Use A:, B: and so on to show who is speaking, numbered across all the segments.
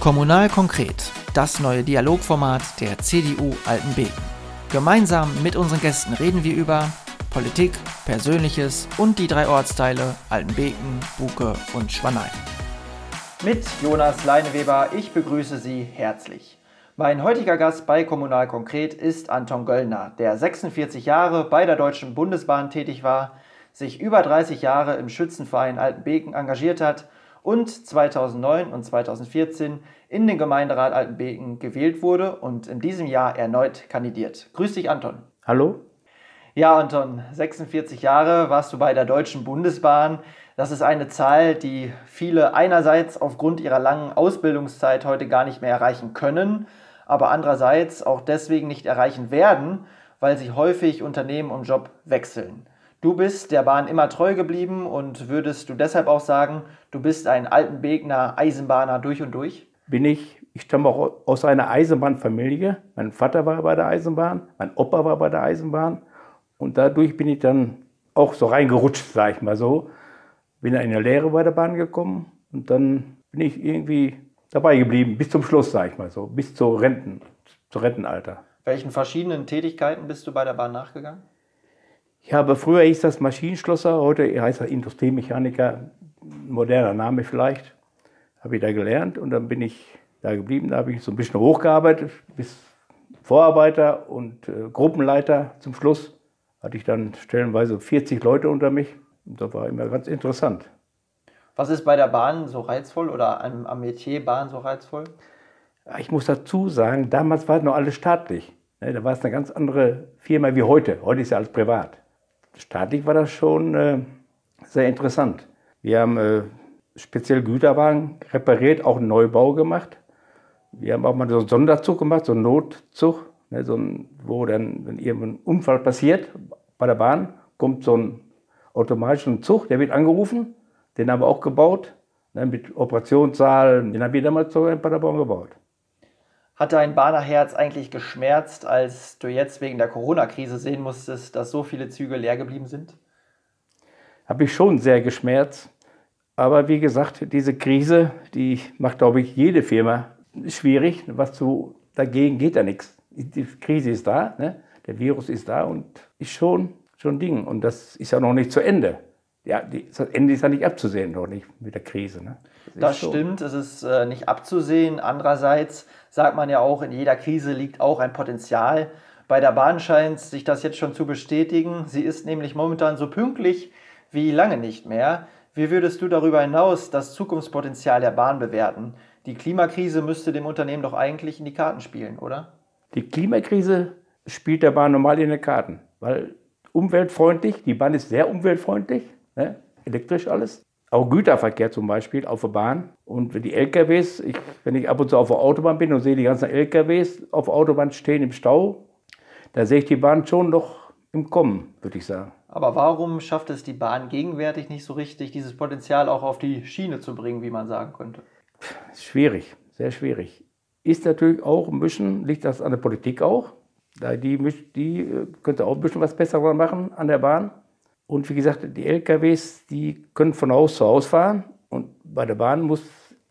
A: Kommunal konkret, das neue Dialogformat der CDU Altenbeken. Gemeinsam mit unseren Gästen reden wir über Politik, Persönliches und die 3 Ortsteile Altenbeken, Buke und Schwanein. Mit Jonas Leineweber, ich begrüße Sie herzlich. Mein heutiger Gast bei Kommunal konkret ist Anton Göllner, der 46 Jahre bei der Deutschen Bundesbahn tätig war, sich über 30 Jahre im Schützenverein Altenbeken engagiert hat und 2009 und 2014 in den Gemeinderat Altenbeken gewählt wurde und in diesem Jahr erneut kandidiert. Grüß dich, Anton.
B: Hallo.
A: Ja, Anton, 46 Jahre warst du bei der Deutschen Bundesbahn. Das ist eine Zahl, die viele einerseits aufgrund ihrer langen Ausbildungszeit heute gar nicht mehr erreichen können, aber andererseits auch deswegen nicht erreichen werden, weil sie häufig Unternehmen und Job wechseln. Du bist der Bahn immer treu geblieben und würdest du deshalb auch sagen, du bist ein Altenbekener Eisenbahner durch und durch?
B: Bin ich. Ich stamme auch aus einer Eisenbahnfamilie. Mein Vater war bei der Eisenbahn, mein Opa war bei der Eisenbahn. Und dadurch bin ich dann auch so reingerutscht, sag ich mal so. Bin dann in der Lehre bei der Bahn gekommen und dann bin ich irgendwie dabei geblieben, bis zum Schluss, sag ich mal so, bis zur Rentenalter.
A: Welchen verschiedenen Tätigkeiten bist du bei der Bahn nachgegangen?
B: Früher hieß das Maschinenschlosser, heute heißt das Industriemechaniker, ein moderner Name vielleicht, habe ich da gelernt und dann bin ich da geblieben. Da habe ich so ein bisschen hochgearbeitet, bis Vorarbeiter und Gruppenleiter zum Schluss. Hatte ich dann stellenweise 40 Leute unter mich und das war immer ganz interessant.
A: Was ist bei der Bahn so reizvoll oder am Metier Bahn so reizvoll?
B: Ich muss dazu sagen, damals war es noch alles staatlich. Da war es eine ganz andere Firma wie heute. Heute ist ja alles privat. Staatlich war das schon sehr interessant. Wir haben speziell Güterwagen repariert, auch einen Neubau gemacht. Wir haben auch mal so einen Sonderzug gemacht, so einen Notzug, wo dann, wenn irgendein Unfall passiert bei der Bahn, kommt so ein automatischer Zug, der wird angerufen, den haben wir auch gebaut, mit Operationssaal, den haben wir damals so in Paderborn gebaut.
A: Hat dein Bahnerherz eigentlich geschmerzt, als du jetzt wegen der Corona-Krise sehen musstest, dass so viele Züge leer geblieben sind?
B: Habe ich schon sehr geschmerzt. Aber wie gesagt, diese Krise, die macht, glaube ich, jede Firma schwierig. Dagegen geht ja nichts. Die Krise ist da, ne? Der Virus ist da und ist schon ein Ding. Und das ist ja noch nicht zu Ende. Ja, das Ende ist ja nicht abzusehen, noch nicht mit der Krise. Ne?
A: Das stimmt, es ist nicht abzusehen. Andererseits sagt man ja auch, in jeder Krise liegt auch ein Potenzial. Bei der Bahn scheint sich das jetzt schon zu bestätigen. Sie ist nämlich momentan so pünktlich wie lange nicht mehr. Wie würdest du darüber hinaus das Zukunftspotenzial der Bahn bewerten? Die Klimakrise müsste dem Unternehmen doch eigentlich in die Karten spielen, oder?
B: Die Klimakrise spielt der Bahn normal in die Karten, weil umweltfreundlich, die Bahn ist sehr umweltfreundlich, ne? Elektrisch alles. Auch Güterverkehr zum Beispiel auf der Bahn. Und die LKWs, wenn ich ab und zu auf der Autobahn bin und sehe die ganzen LKWs auf der Autobahn stehen im Stau, da sehe ich die Bahn schon noch im Kommen, würde ich sagen.
A: Aber warum schafft es die Bahn gegenwärtig nicht so richtig, dieses Potenzial auch auf die Schiene zu bringen, wie man sagen könnte?
B: Schwierig, sehr schwierig. Ist natürlich auch ein bisschen, liegt das an der Politik auch. Die könnte auch ein bisschen was besser machen an der Bahn. Und wie gesagt, die LKWs, die können von Haus zu Haus fahren. Und bei der Bahn muss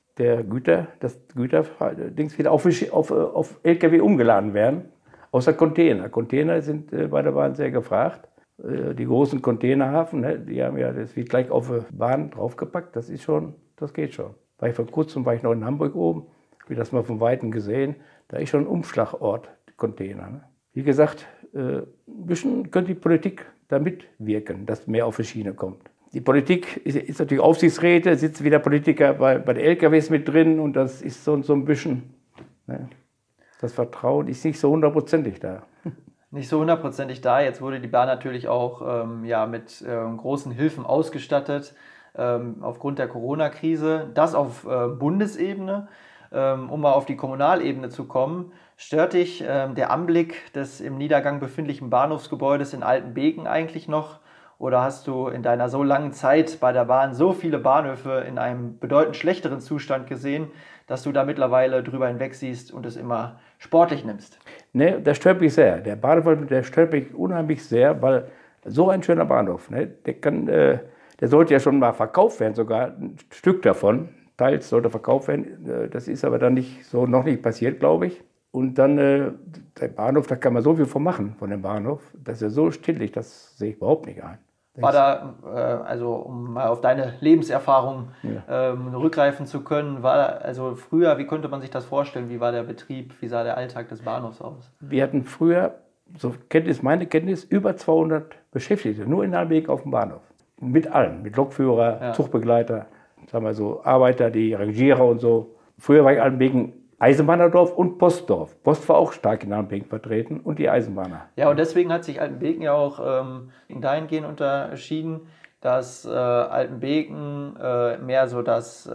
B: das Güterdings wieder auf LKW umgeladen werden. Außer Container. Container sind bei der Bahn sehr gefragt. Die großen Containerhafen, ne, das wird gleich auf die Bahn draufgepackt. Das geht schon. Vor kurzem war ich noch in Hamburg oben, habe das mal von Weitem gesehen. Da ist schon ein Umschlagort, die Container. Ne. Wie gesagt, ein bisschen könnte die Politik da mitwirken, dass mehr auf die Schiene kommt. Die Politik ist natürlich Aufsichtsräte, sitzen wieder Politiker bei den LKWs mit drin und das ist so ein bisschen, ne, das Vertrauen ist nicht so hundertprozentig da.
A: Nicht so hundertprozentig da. Jetzt wurde die Bahn natürlich auch mit großen Hilfen ausgestattet aufgrund der Corona-Krise. Das auf Bundesebene. Um mal auf die Kommunalebene zu kommen, stört dich der Anblick des im Niedergang befindlichen Bahnhofsgebäudes in Altenbeken eigentlich noch? Oder hast du in deiner so langen Zeit bei der Bahn so viele Bahnhöfe in einem bedeutend schlechteren Zustand gesehen, dass du da mittlerweile drüber hinweg siehst und es immer sportlich nimmst?
B: Ne, das stört mich sehr. Der Bahnhof, der stört mich unheimlich sehr, weil so ein schöner Bahnhof, ne, der sollte ja schon mal verkauft werden, sogar ein Stück davon. teils sollte verkauft werden. Das ist aber dann noch nicht passiert, glaube ich. Und dann der Bahnhof, da kann man so viel von machen, von dem Bahnhof. Das ist ja so stillig, das sehe ich überhaupt nicht ein.
A: War da, also um mal auf deine Lebenserfahrung rückgreifen zu können, also früher, wie konnte man sich das vorstellen? Wie war der Betrieb? Wie sah der Alltag des Bahnhofs aus?
B: Wir hatten früher, meine Kenntnis, über 200 Beschäftigte, nur in Altenbeken auf dem Bahnhof. Mit allen, mit Lokführer, Zugbegleiter, sagen wir so, Arbeiter, die Rangierer und so. Früher war ich Altenbeken Eisenbahnerdorf und Postdorf. Post war auch stark in Altenbeken vertreten und die Eisenbahner.
A: Ja, und deswegen hat sich Altenbeken ja auch dahingehend unterschieden, dass Altenbeken mehr so das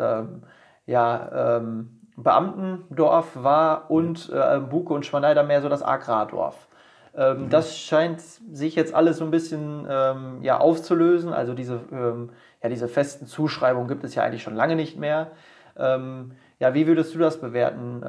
A: Beamtendorf war und Buke und Schwaneida mehr so das Agrardorf. Das scheint sich jetzt alles so ein bisschen aufzulösen. Also diese festen Zuschreibungen gibt es ja eigentlich schon lange nicht mehr. Wie würdest du das bewerten?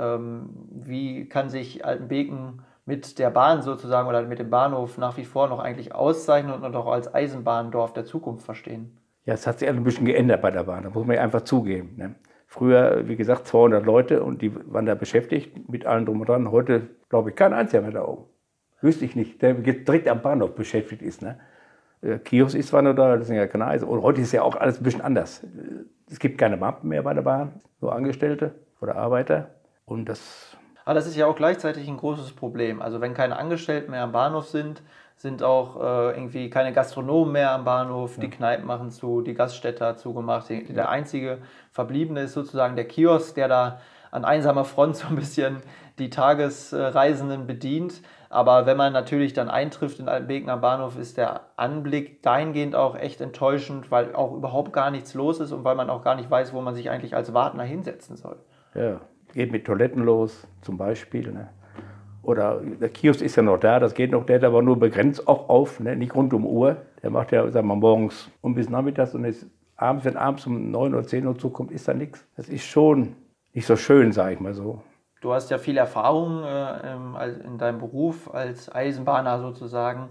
A: Wie kann sich Altenbeken mit der Bahn sozusagen oder mit dem Bahnhof nach wie vor noch eigentlich auszeichnen und auch als Eisenbahndorf der Zukunft verstehen?
B: Ja, es hat sich ein bisschen geändert bei der Bahn, da muss man ja einfach zugeben. Ne? Früher, wie gesagt, 200 Leute und die waren da beschäftigt mit allem drum und dran. Heute, glaube ich, kein einziger mehr da oben. Wüsste ich nicht, der direkt am Bahnhof beschäftigt ist. Ne? Kiosk ist zwar noch da, das sind ja keine Eisen. Und heute ist ja auch alles ein bisschen anders. Es gibt keine Mappen mehr bei der Bahn, nur Angestellte oder Arbeiter. Und das
A: ist ja auch gleichzeitig ein großes Problem. Also wenn keine Angestellten mehr am Bahnhof sind auch irgendwie keine Gastronomen mehr am Bahnhof, die Kneipen machen zu, die Gaststätte hat zugemacht. Der einzige Verbliebene ist sozusagen der Kiosk, der da an einsamer Front so ein bisschen die Tagesreisenden bedient. Aber wenn man natürlich dann eintrifft in Altenbeken am Bahnhof, ist der Anblick dahingehend auch echt enttäuschend, weil auch überhaupt gar nichts los ist und weil man auch gar nicht weiß, wo man sich eigentlich als Wartner hinsetzen soll.
B: Ja, geht mit Toiletten los, zum Beispiel. Ne? Oder der Kiosk ist ja noch da, das geht noch, der hat aber nur begrenzt auch auf, ne? Nicht rund um Uhr. Der macht ja, sagen wir, morgens und bis nachmittags und ist abends, wenn abends um 9 oder 10 Uhr zukommt, ist da nichts. Das ist schon nicht so schön, sage ich mal so.
A: Du hast ja viel Erfahrung in deinem Beruf als Eisenbahner sozusagen.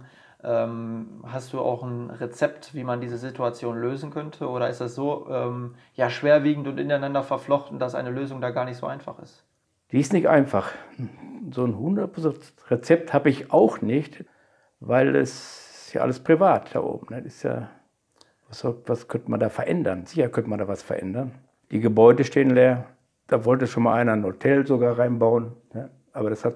A: Hast du auch ein Rezept, wie man diese Situation lösen könnte? Oder ist das so schwerwiegend und ineinander verflochten, dass eine Lösung da gar nicht so einfach ist?
B: Die ist nicht einfach. So ein 100% Rezept habe ich auch nicht, weil es ist ja alles privat da oben. Ne? Das ist ja, was könnte man da verändern? Sicher könnte man da was verändern. Die Gebäude stehen leer. Da wollte schon mal einer ein Hotel sogar reinbauen, ne? Aber das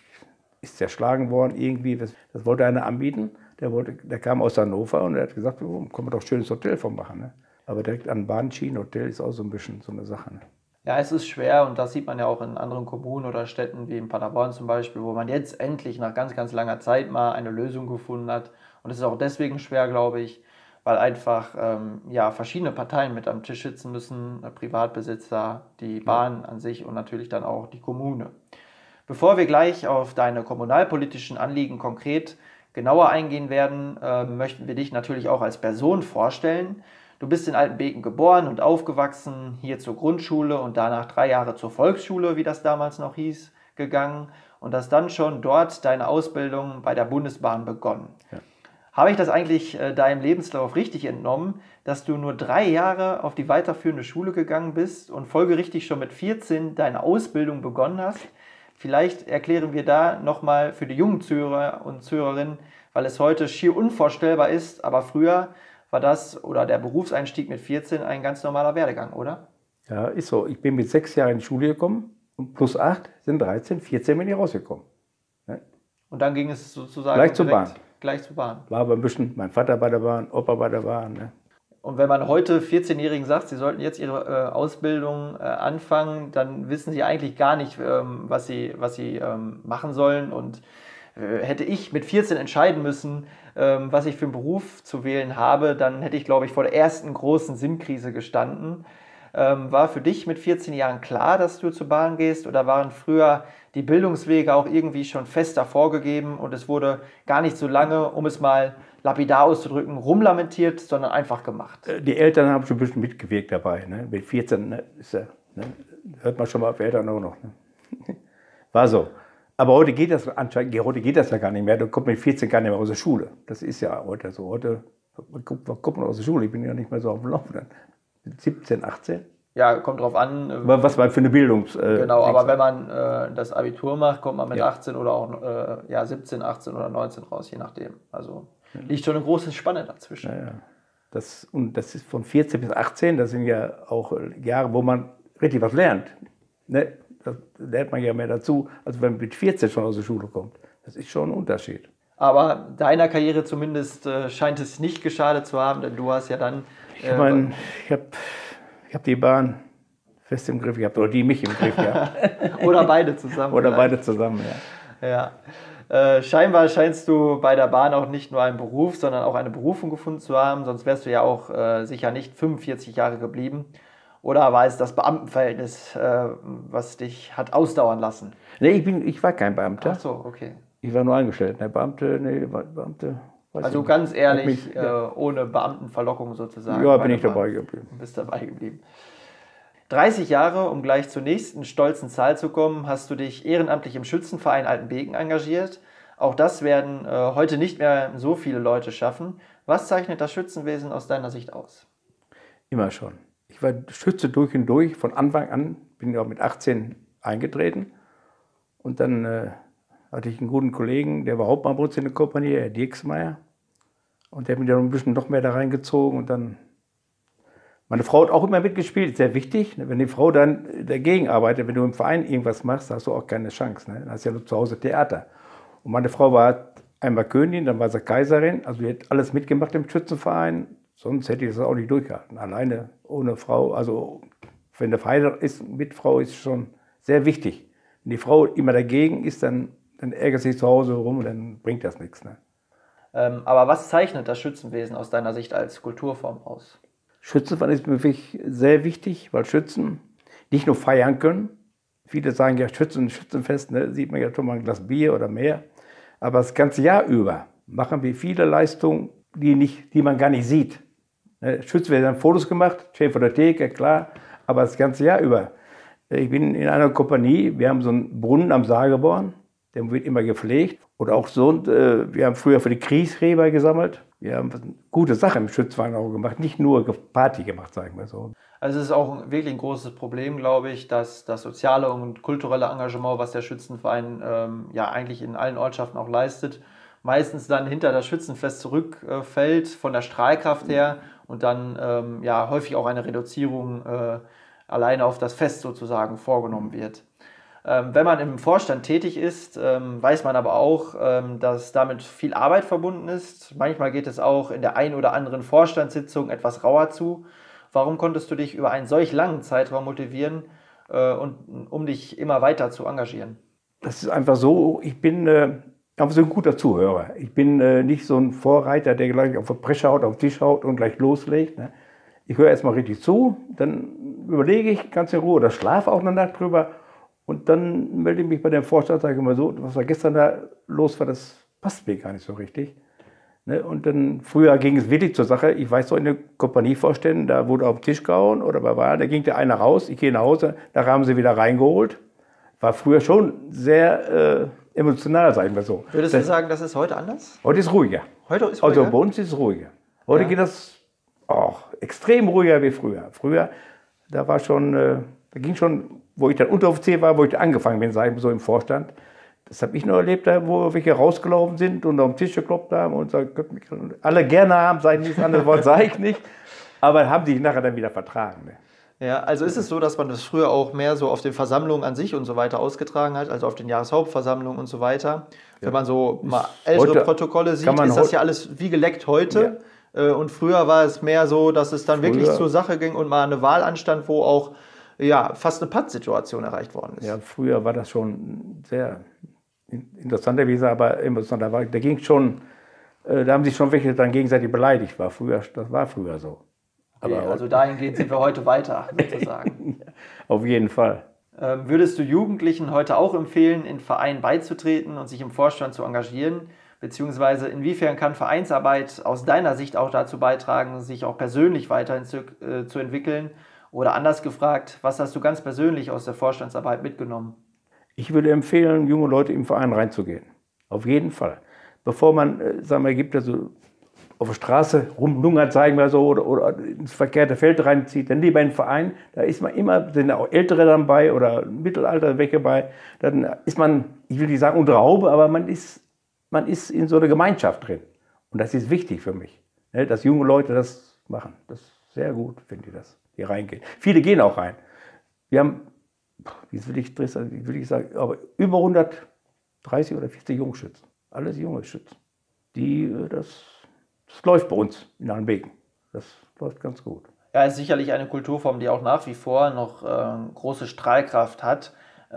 B: ist zerschlagen worden irgendwie. Das wollte einer anbieten. Der kam aus Hannover und er hat gesagt, oh, können wir doch ein schönes Hotel von machen. Ne? Aber direkt an Bahnschienenhotel ist auch so ein bisschen so eine Sache. Ne?
A: Ja, es ist schwer und das sieht man ja auch in anderen Kommunen oder Städten wie in Paderborn zum Beispiel, wo man jetzt endlich nach ganz, ganz langer Zeit mal eine Lösung gefunden hat. Und es ist auch deswegen schwer, glaube ich, weil einfach verschiedene Parteien mit am Tisch sitzen müssen, Privatbesitzer, die Bahn an sich und natürlich dann auch die Kommune. Bevor wir gleich auf deine kommunalpolitischen Anliegen konkret genauer eingehen werden, möchten wir dich natürlich auch als Person vorstellen. Du bist in Altenbeken geboren und aufgewachsen, hier zur Grundschule und danach 3 Jahre zur Volksschule, wie das damals noch hieß, gegangen und hast dann schon dort deine Ausbildung bei der Bundesbahn begonnen. Ja. Habe ich das eigentlich deinem Lebenslauf richtig entnommen, dass du nur 3 Jahre auf die weiterführende Schule gegangen bist und folgerichtig schon mit 14 deine Ausbildung begonnen hast? Vielleicht erklären wir da nochmal für die jungen Zuhörer und Zuhörerinnen, weil es heute schier unvorstellbar ist, aber früher war das oder der Berufseinstieg mit 14 ein ganz normaler Werdegang, oder?
B: Ja, ist so. Ich bin mit 6 Jahren in die Schule gekommen und plus 8 sind 13, 14 bin ich rausgekommen. Ja.
A: Und dann ging es sozusagen
B: gleich zur Bahn.
A: Gleich zur Bahn.
B: War aber ein bisschen mein Vater bei der Bahn, Opa bei der Bahn. Ne?
A: Und wenn man heute 14-Jährigen sagt, sie sollten jetzt ihre Ausbildung anfangen, dann wissen sie eigentlich gar nicht, was sie machen sollen. Und hätte ich mit 14 entscheiden müssen, was ich für einen Beruf zu wählen habe, dann hätte ich, glaube ich, vor der ersten großen Sinnkrise gestanden. War für dich mit 14 Jahren klar, dass du zur Bahn gehst, oder waren früher die Bildungswege auch irgendwie schon fester vorgegeben und es wurde gar nicht so lange, um es mal lapidar auszudrücken, rumlamentiert, sondern einfach gemacht?
B: Die Eltern haben schon ein bisschen mitgewirkt dabei. Ne? Mit 14 hört man schon mal auf Eltern auch noch. Ne? War so. Aber heute geht das ja gar nicht mehr. Du kommst mit 14 gar nicht mehr aus der Schule. Das ist ja heute so. Heute kommt man aus der Schule. Ich bin ja nicht mehr so auf dem Laufenden. Mit 17, 18.
A: Ja, kommt drauf an.
B: Was man für eine Bildung.
A: Genau, aber wenn man das Abitur macht, kommt man mit 18 oder auch 17, 18 oder 19 raus, je nachdem. Also liegt schon eine große Spanne dazwischen.
B: Ja. Das ist von 14 bis 18, das sind ja auch Jahre, wo man richtig was lernt. Ne? Das lernt man ja mehr dazu, als wenn man mit 14 schon aus der Schule kommt. Das ist schon ein Unterschied.
A: Aber deiner Karriere zumindest scheint es nicht geschadet zu haben, denn du hast ja dann...
B: Ich hab die Bahn fest im Griff gehabt, oder die mich im Griff gehabt.
A: Oder beide zusammen.
B: Oder beide zusammen,
A: ja. Scheinbar scheinst du bei der Bahn auch nicht nur einen Beruf, sondern auch eine Berufung gefunden zu haben, sonst wärst du ja auch sicher nicht 45 Jahre geblieben. Oder war es das Beamtenverhältnis, was dich hat ausdauern lassen?
B: Nee, ich war kein Beamter.
A: Ach so, okay.
B: Ich war nur angestellt. Beamte.
A: Also ganz ehrlich, ohne Beamtenverlockung sozusagen.
B: Ja, bin ich dabei geblieben.
A: Du bist dabei geblieben. 30 Jahre, um gleich zur nächsten stolzen Zahl zu kommen, hast du dich ehrenamtlich im Schützenverein Altenbeken engagiert. Auch das werden heute nicht mehr so viele Leute schaffen. Was zeichnet das Schützenwesen aus deiner Sicht aus?
B: Immer schon. Ich war Schütze durch und durch, von Anfang an, bin ich auch mit 18 eingetreten. Und dann hatte ich einen guten Kollegen, der war Hauptmann bei uns in der Kompanie, Herr Dirksmeier. Und der hat mich dann ein bisschen noch mehr da reingezogen. Und dann, meine Frau hat auch immer mitgespielt, sehr wichtig. Wenn die Frau dann dagegen arbeitet, wenn du im Verein irgendwas machst, hast du auch keine Chance. Dann hast du ja nur zu Hause Theater. Und meine Frau war einmal Königin, dann war sie Kaiserin. Also die hat alles mitgemacht im Schützenverein. Sonst hätte ich das auch nicht durchgehalten. Alleine, ohne Frau. Also wenn der verheiratet ist mit Frau, ist schon sehr wichtig. Wenn die Frau immer dagegen ist, dann ärgert sie sich zu Hause rum und dann bringt das nichts. Ne?
A: Aber was zeichnet das Schützenwesen aus deiner Sicht als Kulturform aus?
B: Schützenverein ist mir wirklich sehr wichtig, weil Schützen nicht nur feiern können. Viele sagen ja Schützenfest, ne, sieht man ja schon mal ein Glas Bier oder mehr. Aber das ganze Jahr über machen wir viele Leistungen, die man gar nicht sieht. Schützen werden dann Fotos gemacht, stehen vor der Theke, klar, aber das ganze Jahr über. Ich bin in einer Kompanie, wir haben so einen Brunnen am Saargeborn, der wird immer gepflegt. Oder auch so, wir haben früher für die Kriegsgräber gesammelt. Wir haben gute Sachen im Schützenverein auch gemacht, nicht nur Party gemacht, sagen wir so.
A: Also es ist auch wirklich ein großes Problem, glaube ich, dass das soziale und kulturelle Engagement, was der Schützenverein ja eigentlich in allen Ortschaften auch leistet, meistens dann hinter das Schützenfest zurückfällt von der Strahlkraft her und dann ja häufig auch eine Reduzierung alleine auf das Fest sozusagen vorgenommen wird. Wenn man im Vorstand tätig ist, weiß man aber auch, dass damit viel Arbeit verbunden ist. Manchmal geht es auch in der einen oder anderen Vorstandssitzung etwas rauer zu. Warum konntest du dich über einen solch langen Zeitraum motivieren, um dich immer weiter zu engagieren?
B: Das ist einfach so, ich bin einfach so ein guter Zuhörer. Ich bin nicht so ein Vorreiter, der gleich auf die Presche haut, auf den Tisch haut und gleich loslegt. Ne? Ich höre erstmal richtig zu, dann überlege ich ganz in Ruhe oder schlafe auch eine Nacht drüber. Und dann melde ich mich bei dem Vorstand, sage immer so, was da gestern da los war, das passt mir gar nicht so richtig. Ne? Und dann, früher ging es wirklich zur Sache, ich weiß so, in den Kompanievorständen, da wurde auf den Tisch gehauen oder bei Wahlen, da ging der einer raus, ich gehe nach Hause, da haben sie wieder reingeholt. War früher schon sehr emotional, sagen wir so.
A: Würdest du sagen, das ist heute anders?
B: Heute ist ruhiger.
A: Heute ist ruhiger?
B: Also bei uns ist es ruhiger. Heute geht das auch extrem ruhiger wie früher. Früher, da war schon, da ging schon, wo ich dann Unteroffizier war, wo ich angefangen bin, sage ich so im Vorstand. Das habe ich noch erlebt, wo welche rausgelaufen sind und auf den Tisch geklopft haben und alle gerne haben, sage ich nicht, das andere Wort sage ich nicht, aber haben sich nachher dann wieder vertragen. Ne?
A: Ja, also ist es so, dass man das früher auch mehr so auf den Versammlungen an sich und so weiter ausgetragen hat, also auf den Jahreshauptversammlungen und so weiter. Wenn man so mal ältere Protokolle sieht, ist das ja alles wie geleckt heute. Ja. Und früher war es mehr so, dass es dann wirklich zur Sache ging und mal eine Wahl anstand, wo auch fast eine Pattsituation erreicht worden ist.
B: Ja, früher war das schon sehr interessanter, wie gesagt, aber emotional. Da ging schon, da haben sich schon welche dann gegenseitig beleidigt. Das war früher so.
A: Okay, also dahingehend sind wir heute weiter, sozusagen.
B: Auf jeden Fall.
A: Würdest du Jugendlichen heute auch empfehlen, in Vereinen beizutreten und sich im Vorstand zu engagieren? Beziehungsweise inwiefern kann Vereinsarbeit aus deiner Sicht auch dazu beitragen, sich auch persönlich weiterhin zu entwickeln? Oder anders gefragt, was hast du ganz persönlich aus der Vorstandsarbeit mitgenommen?
B: Ich würde empfehlen, junge Leute im Verein reinzugehen. Auf jeden Fall. Bevor man, sagen wir, gibt also auf der Straße rumlungert, sagen wir so, oder ins verkehrte Feld reinzieht, dann lieber in den Verein. Da ist man immer, sind auch Ältere dabei oder Mittelalter weg dabei. Dann ist man, ich will nicht sagen unter Haube, aber man ist in so einer Gemeinschaft drin. Und das ist wichtig für mich, ne, dass junge Leute das machen. Das ist sehr gut, finde ich das, die reingehen. Viele gehen auch rein. Wir haben, wie will ich sagen, aber über 130 oder 40 Jungschützen. Alles junge Schützen. Das läuft bei uns in Altenbeken. Das läuft ganz gut.
A: Ja, ist sicherlich eine Kulturform, die auch nach wie vor noch große Strahlkraft hat.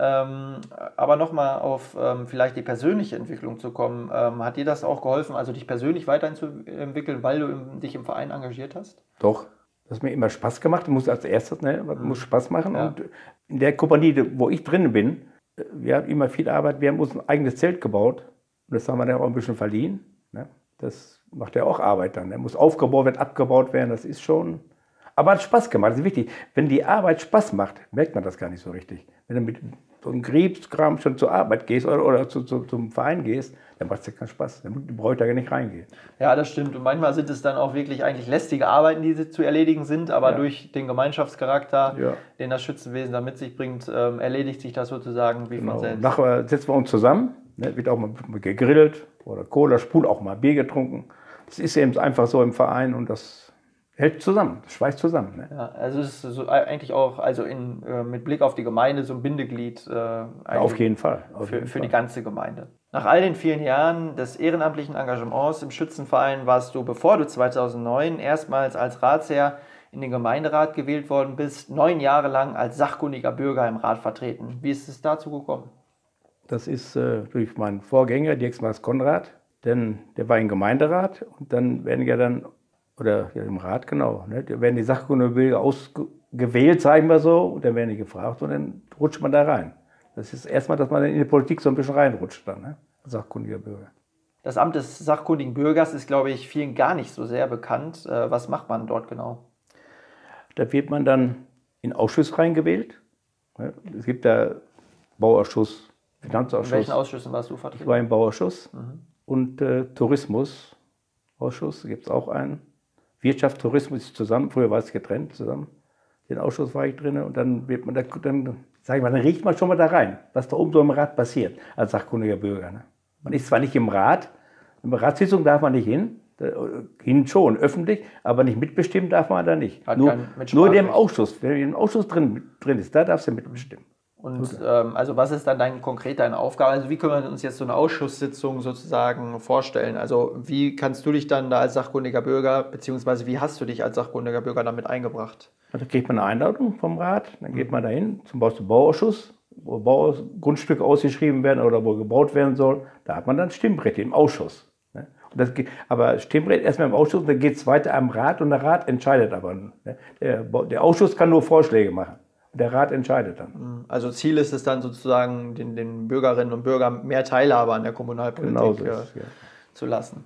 A: Aber nochmal auf vielleicht die persönliche Entwicklung zu kommen. Hat dir das auch geholfen, also dich persönlich weiterzuentwickeln, weil du dich im Verein engagiert hast?
B: Doch, das hat mir immer Spaß gemacht. Muss als erstes, ne, muss Spaß machen. Ja. Und in der Kompanie, wo ich drin bin, wir haben immer viel Arbeit. Wir haben uns ein eigenes Zelt gebaut. Und das haben wir dann auch ein bisschen verliehen. Ne? Das macht ja auch Arbeit dann. Der muss aufgebaut werden, abgebaut werden. Das ist schon. Aber hat Spaß gemacht, das ist wichtig. Wenn die Arbeit Spaß macht, merkt man das gar nicht so richtig. Wenn du mit so einem Griebskram schon zur Arbeit gehst oder zum Verein gehst, dann macht es ja keinen Spaß. Dann braucht er gar nicht reingehen.
A: Ja, das stimmt. Und manchmal sind es dann auch wirklich eigentlich lästige Arbeiten, die zu erledigen sind. Aber durch den Gemeinschaftscharakter, den das Schützenwesen da mit sich bringt, erledigt sich das sozusagen wie von selbst.
B: Nachher setzen wir uns zusammen, ne, wird auch mal gegrillt oder Cola, Spul, auch mal Bier getrunken. Das ist eben einfach so im Verein und das hält zusammen, das schweißt zusammen. Ne?
A: Ja, also es ist so eigentlich auch also mit Blick auf die Gemeinde so ein Bindeglied
B: auf jeden Fall.
A: Für die ganze Gemeinde. Nach all den vielen Jahren des ehrenamtlichen Engagements im Schützenverein warst du, bevor du 2009 erstmals als Ratsherr in den Gemeinderat gewählt worden bist, 9 Jahre lang als sachkundiger Bürger im Rat vertreten. Wie ist es dazu gekommen?
B: Das ist durch meinen Vorgänger, Dirk Konrad, denn der war im Gemeinderat und dann werden im Rat, genau. Ne? Da werden die sachkundigen Bürger ausgewählt, sagen wir so, und dann werden die gefragt und dann rutscht man da rein. Das ist erstmal, dass man in die Politik so ein bisschen reinrutscht dann, ne? Als sachkundiger Bürger.
A: Das Amt des sachkundigen Bürgers ist, glaube ich, vielen gar nicht so sehr bekannt. Was macht man dort genau?
B: Da wird man dann in Ausschuss reingewählt. Ne? Es gibt da Bauausschuss, Finanzausschuss.
A: In welchen Ausschüssen warst du vertreten?
B: Ich war im Bauausschuss und Tourismusausschuss gibt es auch einen. Wirtschaft, Tourismus ist zusammen, früher war es getrennt zusammen. Den Ausschuss war ich drin und dann wird man dann riecht man schon mal da rein, was da oben so im Rat passiert, als sachkundiger Bürger. Ne? Man ist zwar nicht im Rat, in der Ratssitzung darf man nicht hin schon, öffentlich, aber nicht mitbestimmen darf man da nicht. Nur der im Ausschuss, wer im Ausschuss drin ist, da darfst du mitbestimmen.
A: Und also was ist dann konkret deine Aufgabe? Also wie können wir uns jetzt so eine Ausschusssitzung sozusagen vorstellen? Also wie kannst du dich dann da als sachkundiger Bürger, beziehungsweise wie hast du dich als sachkundiger Bürger damit eingebracht?
B: Da kriegt man eine Einladung vom Rat, dann geht man dahin, zum Beispiel Bauausschuss, wo Grundstücke ausgeschrieben werden oder wo gebaut werden soll. Da hat man dann Stimmrecht im Ausschuss. Ne? Aber Stimmrecht erstmal im Ausschuss, dann geht es weiter am Rat und der Rat entscheidet aber. Ne? Der Ausschuss kann nur Vorschläge machen. Der Rat entscheidet dann.
A: Also Ziel ist es dann sozusagen, den Bürgerinnen und Bürgern mehr Teilhabe an der Kommunalpolitik zu lassen.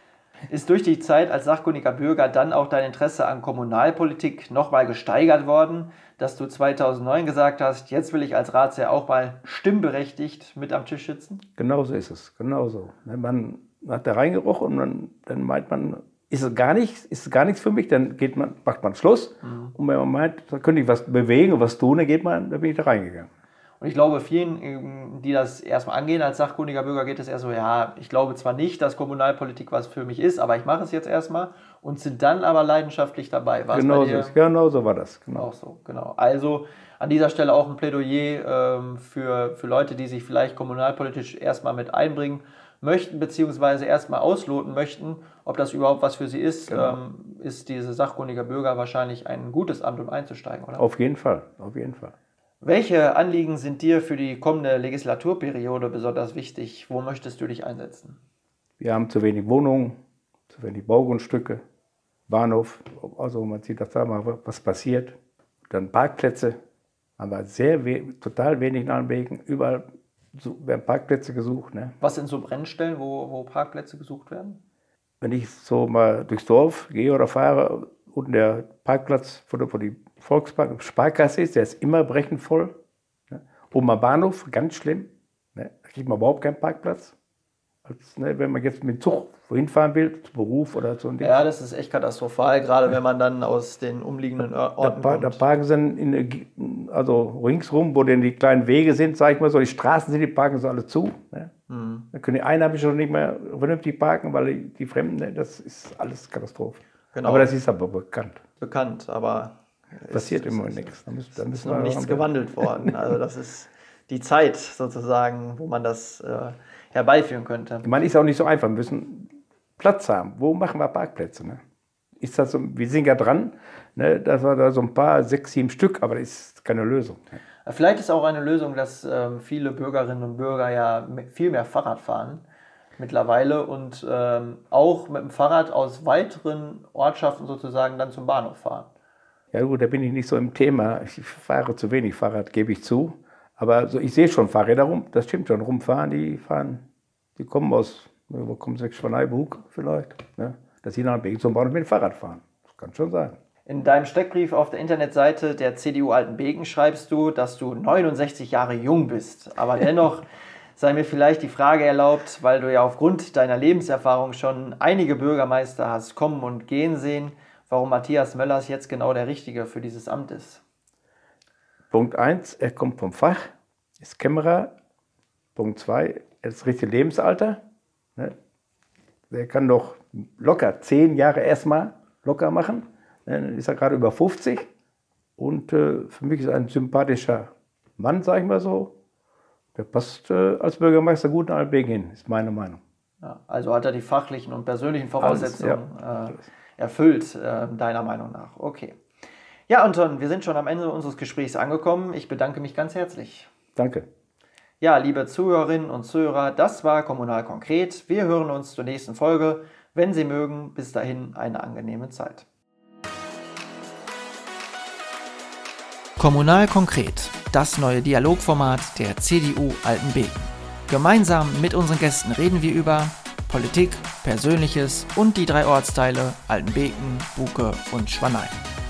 A: Ist durch die Zeit als sachkundiger Bürger dann auch dein Interesse an Kommunalpolitik nochmal gesteigert worden, dass du 2009 gesagt hast, jetzt will ich als Ratsherr auch mal stimmberechtigt mit am Tisch sitzen?
B: Genauso ist es, genauso. Man hat da reingerochen und dann meint man, ist gar nichts für mich, dann macht man Schluss. Und wenn man meint, da könnte ich was bewegen und was tun, dann bin ich da reingegangen.
A: Und ich glaube, vielen, die das erstmal angehen als sachkundiger Bürger, geht es eher so, ja, ich glaube zwar nicht, dass Kommunalpolitik was für mich ist, aber ich mache es jetzt erstmal und sind dann aber leidenschaftlich dabei.
B: Genau so war das. Genau.
A: Auch so, genau. Also an dieser Stelle auch ein Plädoyer für Leute, die sich vielleicht kommunalpolitisch erstmal mit einbringen möchten, beziehungsweise erstmal ausloten möchten, ob das überhaupt was für sie ist, ist diese sachkundiger Bürger wahrscheinlich ein gutes Amt, um einzusteigen, oder?
B: Auf jeden Fall, auf jeden Fall.
A: Welche Anliegen sind dir für die kommende Legislaturperiode besonders wichtig? Wo möchtest du dich einsetzen?
B: Wir haben zu wenig Wohnungen, zu wenig Baugrundstücke, Bahnhof, also man sieht, dass da mal was passiert. Dann Parkplätze, haben wir total wenig in allen Wegen, überall werden Parkplätze gesucht. Ne?
A: Was sind so Brennstellen, wo Parkplätze gesucht werden?
B: Wenn ich so mal durchs Dorf gehe oder fahre, unten der Parkplatz, wo die Sparkasse ist, der ist immer brechend voll. Ne? Oben am Bahnhof, ganz schlimm. Ne? Da kriegt man überhaupt keinen Parkplatz. als wenn man jetzt mit dem Zug wohin fahren will, zum Beruf oder so.
A: Ja, das ist echt katastrophal, gerade wenn man dann aus den umliegenden Orten kommt.
B: Da parken sie also ringsrum, wo denn die kleinen Wege sind, sag ich mal so, die Straßen sind, die parken so alle zu. Ne? Dann können die Einheimischen schon nicht mehr vernünftig parken, weil die Fremden, ne, das ist alles Katastrophe.
A: Genau.
B: Aber das ist aber bekannt.
A: Bekannt, aber
B: passiert immer nichts.
A: Da ist noch nichts gewandelt worden. Also das ist die Zeit sozusagen, wo man das herbeiführen könnte.
B: Ich meine, ist auch nicht so einfach. Wir müssen Platz haben. Wo machen wir Parkplätze? Ne? Ist das so, wir sind ja dran, ne, dass wir da so ein paar, 6, 7 Stück, aber das ist keine Lösung. Ne?
A: Vielleicht ist auch eine Lösung, dass viele Bürgerinnen und Bürger ja viel mehr Fahrrad fahren mittlerweile und auch mit dem Fahrrad aus weiteren Ortschaften sozusagen dann zum Bahnhof fahren.
B: Ja gut, da bin ich nicht so im Thema. Ich fahre zu wenig Fahrrad, gebe ich zu. Aber so, ich sehe schon Fahrräder rum, das stimmt schon, rumfahren, die kommen aus, wo kommen sie, Schwaneiburg vielleicht, ne? Dass sie nach dem Weg zum Bahnhof mit dem Fahrrad fahren. Das kann schon sein.
A: In deinem Steckbrief auf der Internetseite der CDU Altenbeken schreibst du, dass du 69 Jahre jung bist. Aber dennoch sei mir vielleicht die Frage erlaubt, weil du ja aufgrund deiner Lebenserfahrung schon einige Bürgermeister hast kommen und gehen sehen, warum Matthias Möllers jetzt genau der Richtige für dieses Amt ist.
B: Punkt 1, er kommt vom Fach, ist Kämmerer. Punkt 2, er ist das richtige Lebensalter. Ne? Der kann doch locker 10 Jahre erstmal locker machen. Dann ist er gerade über 50. Und für mich ist er ein sympathischer Mann, sage ich mal so. Der passt als Bürgermeister gut in Altenbeken hin, ist meine Meinung.
A: Ja, also hat er die fachlichen und persönlichen Voraussetzungen erfüllt, deiner Meinung nach. Okay. Ja, Anton, wir sind schon am Ende unseres Gesprächs angekommen. Ich bedanke mich ganz herzlich.
B: Danke.
A: Ja, liebe Zuhörerinnen und Zuhörer, das war Kommunal Konkret. Wir hören uns zur nächsten Folge. Wenn Sie mögen, bis dahin eine angenehme Zeit.
C: Kommunal Konkret, das neue Dialogformat der CDU Altenbeken. Gemeinsam mit unseren Gästen reden wir über Politik, Persönliches und die 3 Ortsteile Altenbeken, Buke und Schwanein.